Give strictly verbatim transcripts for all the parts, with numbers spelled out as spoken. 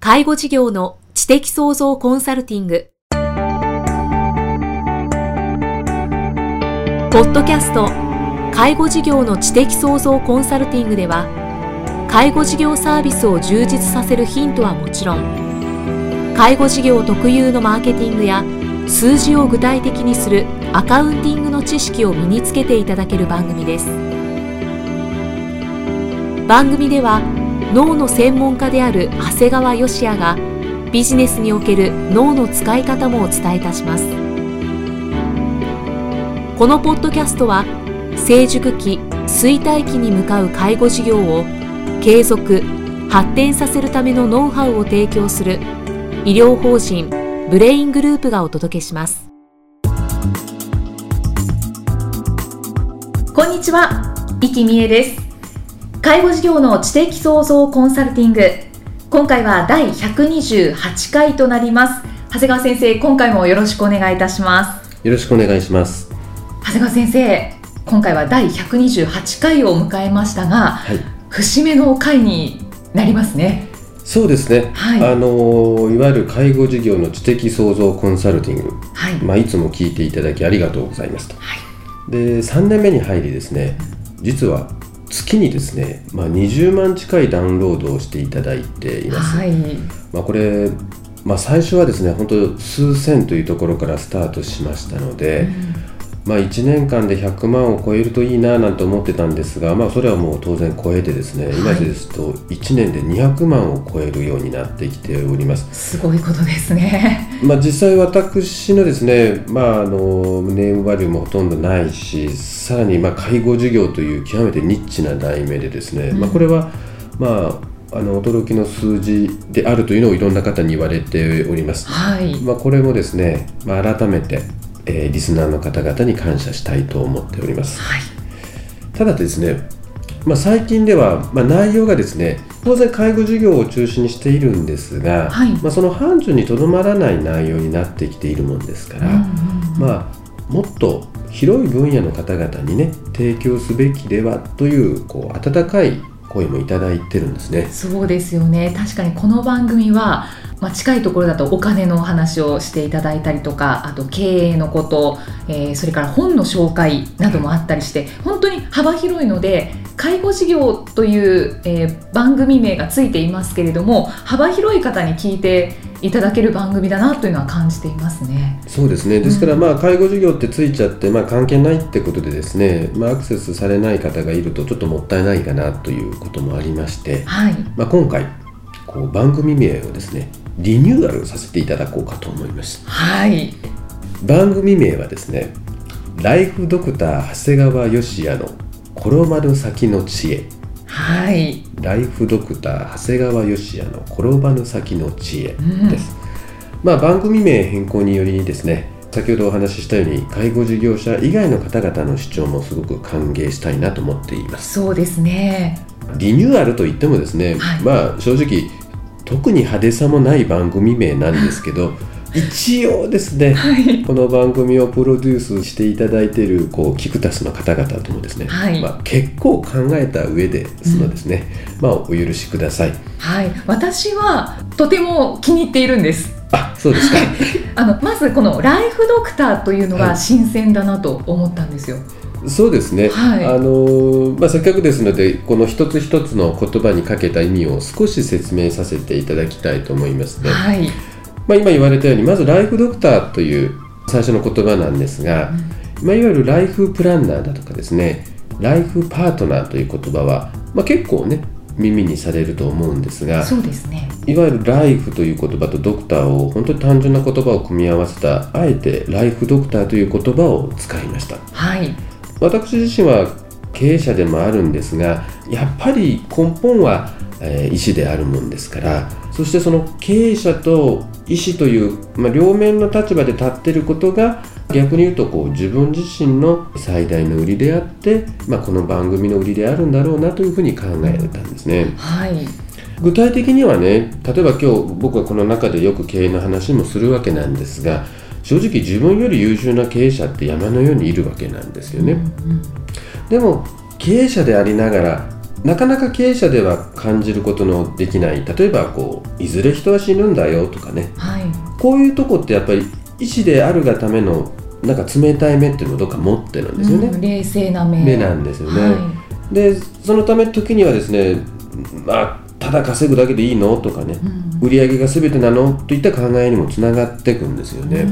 介護事業の知的創造コンサルティング。ポッドキャスト介護事業の知的創造コンサルティングでは、介護事業サービスを充実させるヒントはもちろん、介護事業特有のマーケティングや数字を具体的にするアカウンティングの知識を身につけていただける番組です。番組では脳の専門家である長谷川芳也がビジネスにおける脳の使い方もお伝えいたします。このポッドキャストは成熟期・衰退期に向かう介護事業を継続・発展させるためのノウハウを提供する医療法人ブレイングループがお届けします。こんにちは、生きみえです。介護事業の知的創造コンサルティング、今回はだいひゃくにじゅうはちかいとなります。長谷川先生、今回もよろしくお願いいたします。 よろしくお願いします。 長谷川先生、今回はだいひゃくにじゅうはちかいを迎えましたが、はい、節目の回になりますね。 そうですね、はい、あのいわゆる介護事業の知的創造コンサルティング、はいまあ、いつも聞いていただきありがとうございますと、はい、でさんねんめに入りですね、実は月にですね、まあ、にじゅうまん近いダウンロードをしていただいています、はいまあ、これ、まあ、最初はですね本当数千というところからスタートしましたので、うんまあ、いちねんかんでひゃくまんを超えるといいななんて思ってたんですが、まあ、それはもう当然超えてですね、はい、今ですといちねんでにひゃくまんを超えるようになってきております。 すごいことですね。 まあ、実際私のですね、まあ、あのネームバリューもほとんどないし、さらにまあ介護事業という極めてニッチな題名でですね、うんまあ、これはまああの驚きの数字であるというのをいろんな方に言われております、はいまあ、これもですね、まあ、改めてえー、リスナーの方々に感謝したいと思っております、はい、ただですね、まあ、最近では、まあ、内容がですね当然介護事業を中心にしているんですが、はいまあ、その範疇にとどまらない内容になってきているもんですから、うんうんうんまあ、もっと広い分野の方々にね提供すべきではという、こう温かい声もいただいてるんですね。 そうですよね。確かにこの番組は、まあ、近いところだとお金のお話をしていただいたりとか、あと経営のこと、えー、それから本の紹介などもあったりして、本当に幅広いので、介護事業という、えー、番組名がついていますけれども、幅広い方に聞いていただける番組だなというのは感じていますね。 そうですね。ですから、まあ、介護事業ってついちゃって、まあ、関係ないってことでですね、まあ、アクセスされない方がいるとちょっともったいないかなということもありまして、はいまあ、今回こう番組名をですねリニューアルさせていただこうかと思います、はい、番組名はですねライフドクター長谷川芳也の転ばぬ先の知恵、はい、ライフドクター長谷川芳也の転ばぬ先の知恵です、うんまあ、番組名変更によりですね、先ほどお話ししたように介護事業者以外の方々の視聴もすごく歓迎したいなと思っています。 そうですね。 リニューアルといってもですね、はい、まあ正直特に派手さもない番組名なんですけど一応ですね、はい、この番組をプロデュースしていただいているこうキクタスの方々ともですね、はいまあ、結構考えた上ですのですね、うんまあ、お許しください。 はい、私はとても気に入っているんです。 あ、そうですか。 あのまずこのライフドクターというのが新鮮だなと思ったんですよ。 はい、そうですね、はいあのまあ、せっかくですのでこの一つ一つの言葉にかけた意味を少し説明させていただきたいと思いますね。はいまあ、今言われたようにまずライフドクターという最初の言葉なんですが、うんまあ、いわゆるライフプランナーだとかですねライフパートナーという言葉は、まあ、結構ね耳にされると思うんですが、 そうですね、 いわゆるライフという言葉とドクターを本当に単純な言葉を組み合わせたあえてライフドクターという言葉を使いました。はい私自身は経営者でもあるんですが、やっぱり根本は、えー、医師であるもんですから、そしてその経営者と医師という、まあ、両面の立場で立っていることが逆に言うとこう自分自身の最大の売りであって、まあ、この番組の売りであるんだろうなというふうに考えたんですね。はい、具体的にはね、例えば今日僕はこの中でよく経営の話もするわけなんですが、正直自分より優秀な経営者って山のようにいるわけなんですよね。うんうん、でも経営者でありながらなかなか経営者では感じることのできない、例えばこういずれ人は死ぬんだよとかね、 はい、 こういうとこってやっぱり医師であるがためのなんか冷たい目っていうのをどっか持ってるんですよね、 うん、冷静な目目なんですよね、 はい、 でそのため時にはですね、まあ、ただ稼ぐだけでいいのとかね、うん、売り上げが全てなのといった考えにもつながっていくんですよね、うん、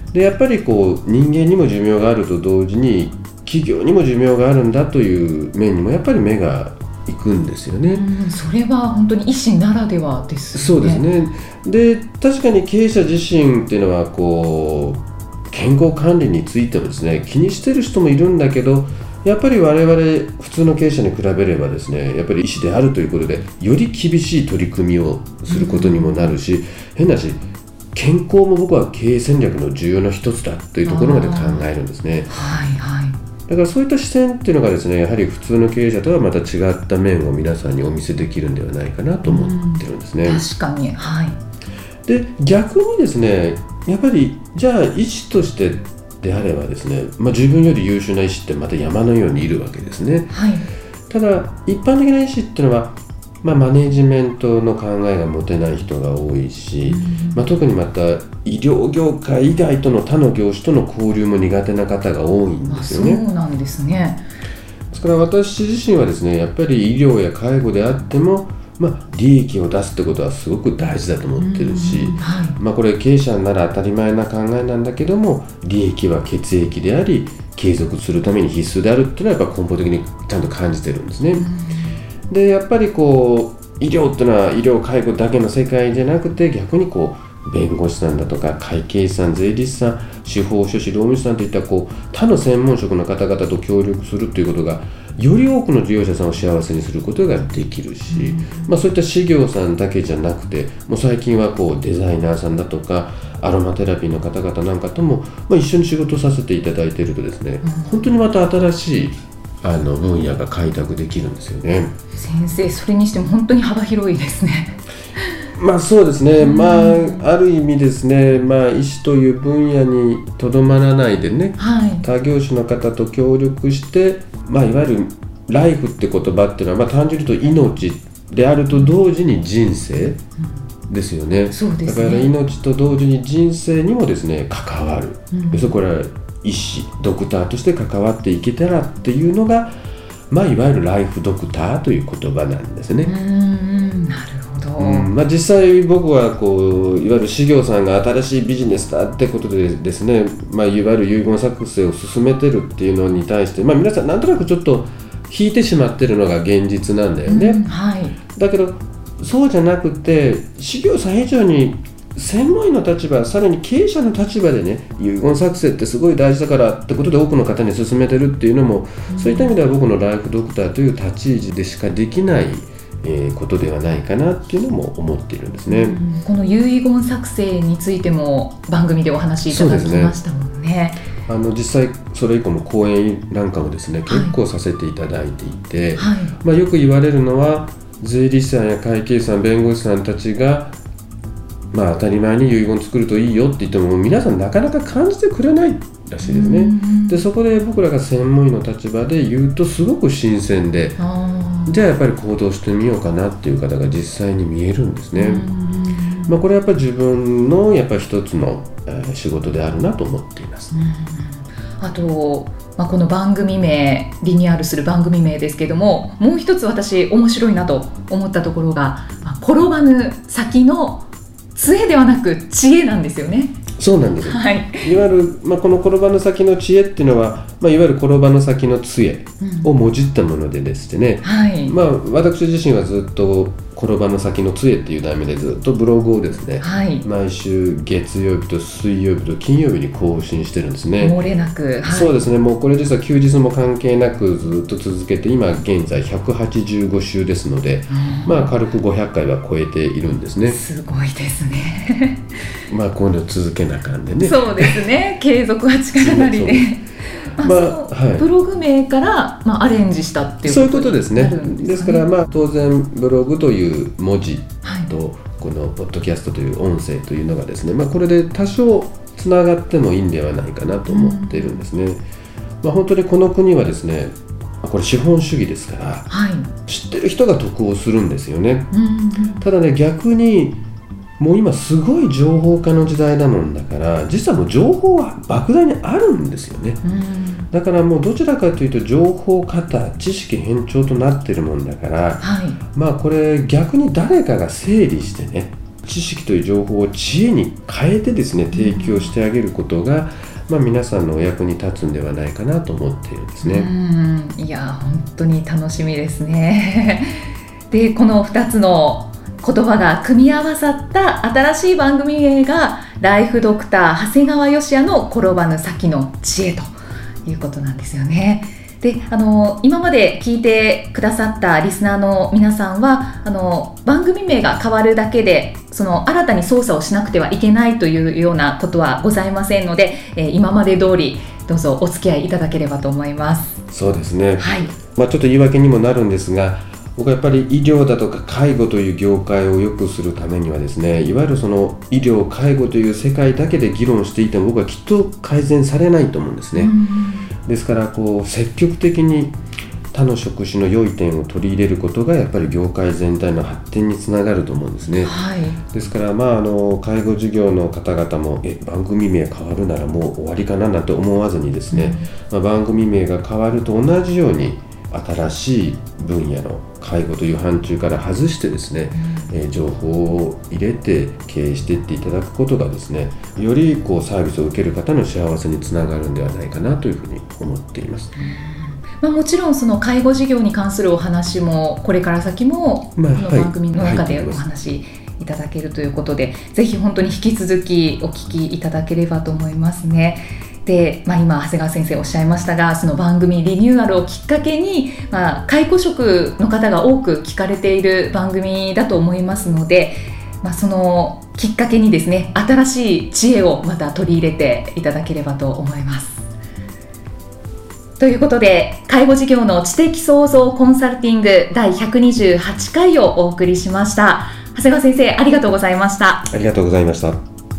でやっぱりこう人間にも寿命があると同時に企業にも寿命があるんだという面にもやっぱり目がいくんですよね、 うん、それは本当に医師ならではですね。 そうですね。で確かに経営者自身っていうのはこう健康管理についてもですね気にしてる人もいるんだけど、やっぱり我々普通の経営者に比べればですねやっぱり医師であるということでより厳しい取り組みをすることにもなるし、うん、変なし健康も僕は経営戦略の重要な一つだというところまで考えるんですね。 はいはい。 だからそういった視点っていうのがですねやはり普通の経営者とはまた違った面を皆さんにお見せできるんではないかなと思ってるんですね、 うん、確かに、はい、 で逆にですねやっぱりじゃあ医師としてであればですね、まあ、自分より優秀な医師ってまた山のようにいるわけですね、 はい、 ただ一般的な医師っていうのはまあ、マネジメントの考えが持てない人が多いし、うんまあ、特にまた医療業界以外との他の業種との交流も苦手な方が多いんですよね。 そうなんですね。 ですから私自身はですねやっぱり医療や介護であっても、まあ、利益を出すってことはすごく大事だと思ってるし、 うんはいまあ、これ経営者なら当たり前な考えなんだけども利益は血液であり継続するために必須であるっていうのはやっぱ根本的にちゃんと感じてるんですね。うんでやっぱりこう医療っていうのは医療介護だけの世界じゃなくて逆にこう弁護士さんだとか会計士さん税理士さん司法書士労務士さんといったこう他の専門職の方々と協力するということがより多くの利用者さんを幸せにすることができるし、うんまあ、そういった事業さんだけじゃなくてもう最近はこうデザイナーさんだとかアロマテラピーの方々なんかとも、まあ、一緒に仕事させていただいているとですね、うん、本当にまた新しいあの分野が開拓できるんですよね。 先生それにしても本当に幅広いですね。 まあそうですね、うん、まあある意味ですね、まあ、医師という分野にとどまらないでね、はい、他業種の方と協力して、まあ、いわゆるライフって言葉っていうのは、まあ、単純に言うと命であると同時に人生ですよね、うん、そうですね。だから命と同時に人生にもですね関わる、うん、そこら医師ドクターとして関わっていけたらっていうのが、まあ、いわゆるライフドクターという言葉なんですね。 うーんなるほど、 うんまあ、実際僕はこういわゆる事業さんが新しいビジネスだってことでですね、まあ、いわゆる遺言作成を進めてるっていうのに対して、まあ、皆さんなんとなくちょっと引いてしまってるのが現実なんだよね、 うんはい、 だけどそうじゃなくて事業さん以上に専門医の立場、さらに経営者の立場でね遺言作成ってすごい大事だからってことで多くの方に勧めてるっていうのも、うん、そういった意味では僕のライフドクターという立ち位置でしかできないえー、ことではないかなっていうのも思っているんですね、うん、 この遺言作成についても番組でお話しいただきましたもんね。 あの実際それ以降も講演なんかもですね、はい、結構させていただいていて、はいまあ、よく言われるのは税理士さんや会計士さん弁護士さんたちがまあ、当たり前に遺言作るといいよって言っても皆さんなかなか感じてくれないらしいですね、うん、でそこで僕らが専門医の立場で言うとすごく新鮮でじゃあやっぱり行動してみようかなっていう方が実際に見えるんですね、うんまあ、これはやっぱり自分のやっぱり一つの、えー、仕事であるなと思っています、 うん、あと、まあ、この番組名リニューアルする番組名ですけどももう一つ私面白いなと思ったところが、まあ、転ばぬ先の杖ではなく知恵なんですよね。 そうなんです、 はい、 いわゆる、まあ、この転ばぬ先の知恵っていうのは、まあ、いわゆる転ばぬ先の杖をもじったものでですね、うんはいまあ、私自身はずっと転ばぬ先の杖っていう題名でずっとブログをですね、はい、毎週月曜日と水曜日と金曜日に更新してるんですね。 漏れなく、 はい、そうですね。もうこれ実は休日も関係なくずっと続けて今現在ひゃくはちじゅうご週ですので、うん、まあ軽くごひゃっかいは超えているんですね。 すごいですねまあこういうの続けなあかんでね。 そうですね。継続は力なりでまあまあはい、ブログ名から、まあ、アレンジしたっていうことになるんですかね。そういうことですね。 ですから、まあ、当然ブログという文字と、はい、このポッドキャストという音声というのがですね、まあ、これで多少つながってもいいんではないかなと思っているんですね、うんまあ、本当にこの国はですねこれ資本主義ですから、 はい、 知ってる人が得をするんですよね、 うん、 ただね、逆にもう今すごい情報化の時代だもんだから、実はもう情報は莫大にあるんですよね、うん、だからもうどちらかというと情報過多、知識偏重となってるもんだから、はい、まあこれ逆に誰かが整理してね、知識という情報を知恵に変えてですね、提供してあげることが、まあ、皆さんのお役に立つんではないかなと思っているんですね。 うん、いや本当に楽しみですね。でこのふたつの言葉が組み合わさった新しい番組名がライフドクター長谷川芳也の転ばぬ先の知恵ということなんですよね。であの今まで聞いてくださったリスナーの皆さんはあの番組名が変わるだけでその新たに操作をしなくてはいけないというようなことはございませんので、えー、今まで通りどうぞお付き合いいただければと思います。 そうですね、 はい、 まあ、ちょっと言い訳にもなるんですが、僕はやっぱり医療だとか介護という業界を良くするためにはですね、いわゆるその医療介護という世界だけで議論していても僕はきっと改善されないと思うんですね。ですからこう積極的に他の職種の良い点を取り入れることがやっぱり業界全体の発展につながると思うんですね、はい、ですから、まあ、あの介護事業の方々もえ番組名変わるならもう終わりかななんて思わずにですね、うんまあ、番組名が変わると同じように新しい分野の介護という範疇から外してですね、うんえー、情報を入れて経営していっていただくことがですね、よりこうサービスを受ける方の幸せにつながるんではないかなというふうに思っています、うんまあ、もちろんその介護事業に関するお話もこれから先もこの番組の中でお話いただけるということで、ぜひ本当に引き続きお聞きいただければと思いますね。で、まあ、今長谷川先生おっしゃいましたが、その番組リニューアルをきっかけに、まあ、介護職の方が多く聞かれている番組だと思いますので、まあ、そのきっかけにですね、新しい知恵をまた取り入れていただければと思います。ということで、介護事業の知的創造コンサルティングだいひゃくにじゅうはちかいをお送りしました。長谷川先生、ありがとうございました。 ありがとうございました。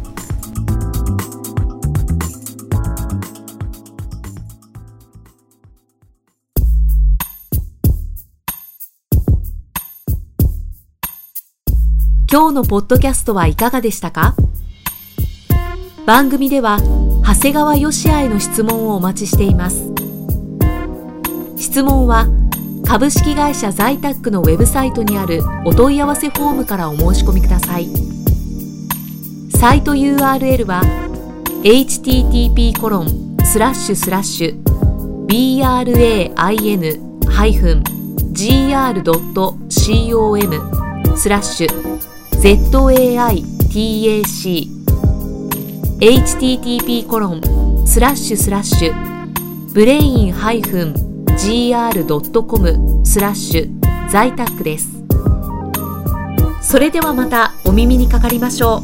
今日のポッドキャストはいかがでしたか？番組では長谷川芳也への質問をお待ちしています。質問は株式会社ザイタックのウェブサイトにあるお問い合わせフォームからお申し込みください。サイト ユーアールエル は エイチティーティーピーコロンスラッシュスラッシュビーアールエーアイエヌハイフンジーアールドットコムスラッシュ ゼットエーアイティーエーシー エイチティーティーピーコロンスラッシュスラッシュブレインハイフンジーアールドットコムスラッシュ在宅です。それではまたお耳にかかりましょ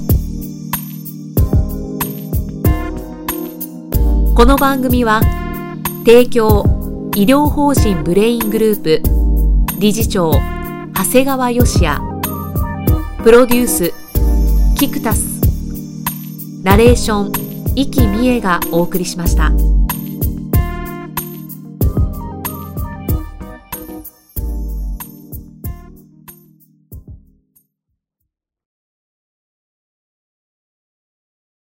う。この番組は提供医療法人ブレイングループ理事長長谷川芳也、プロデュースキクタス、ナレーション生きみえがお送りしました。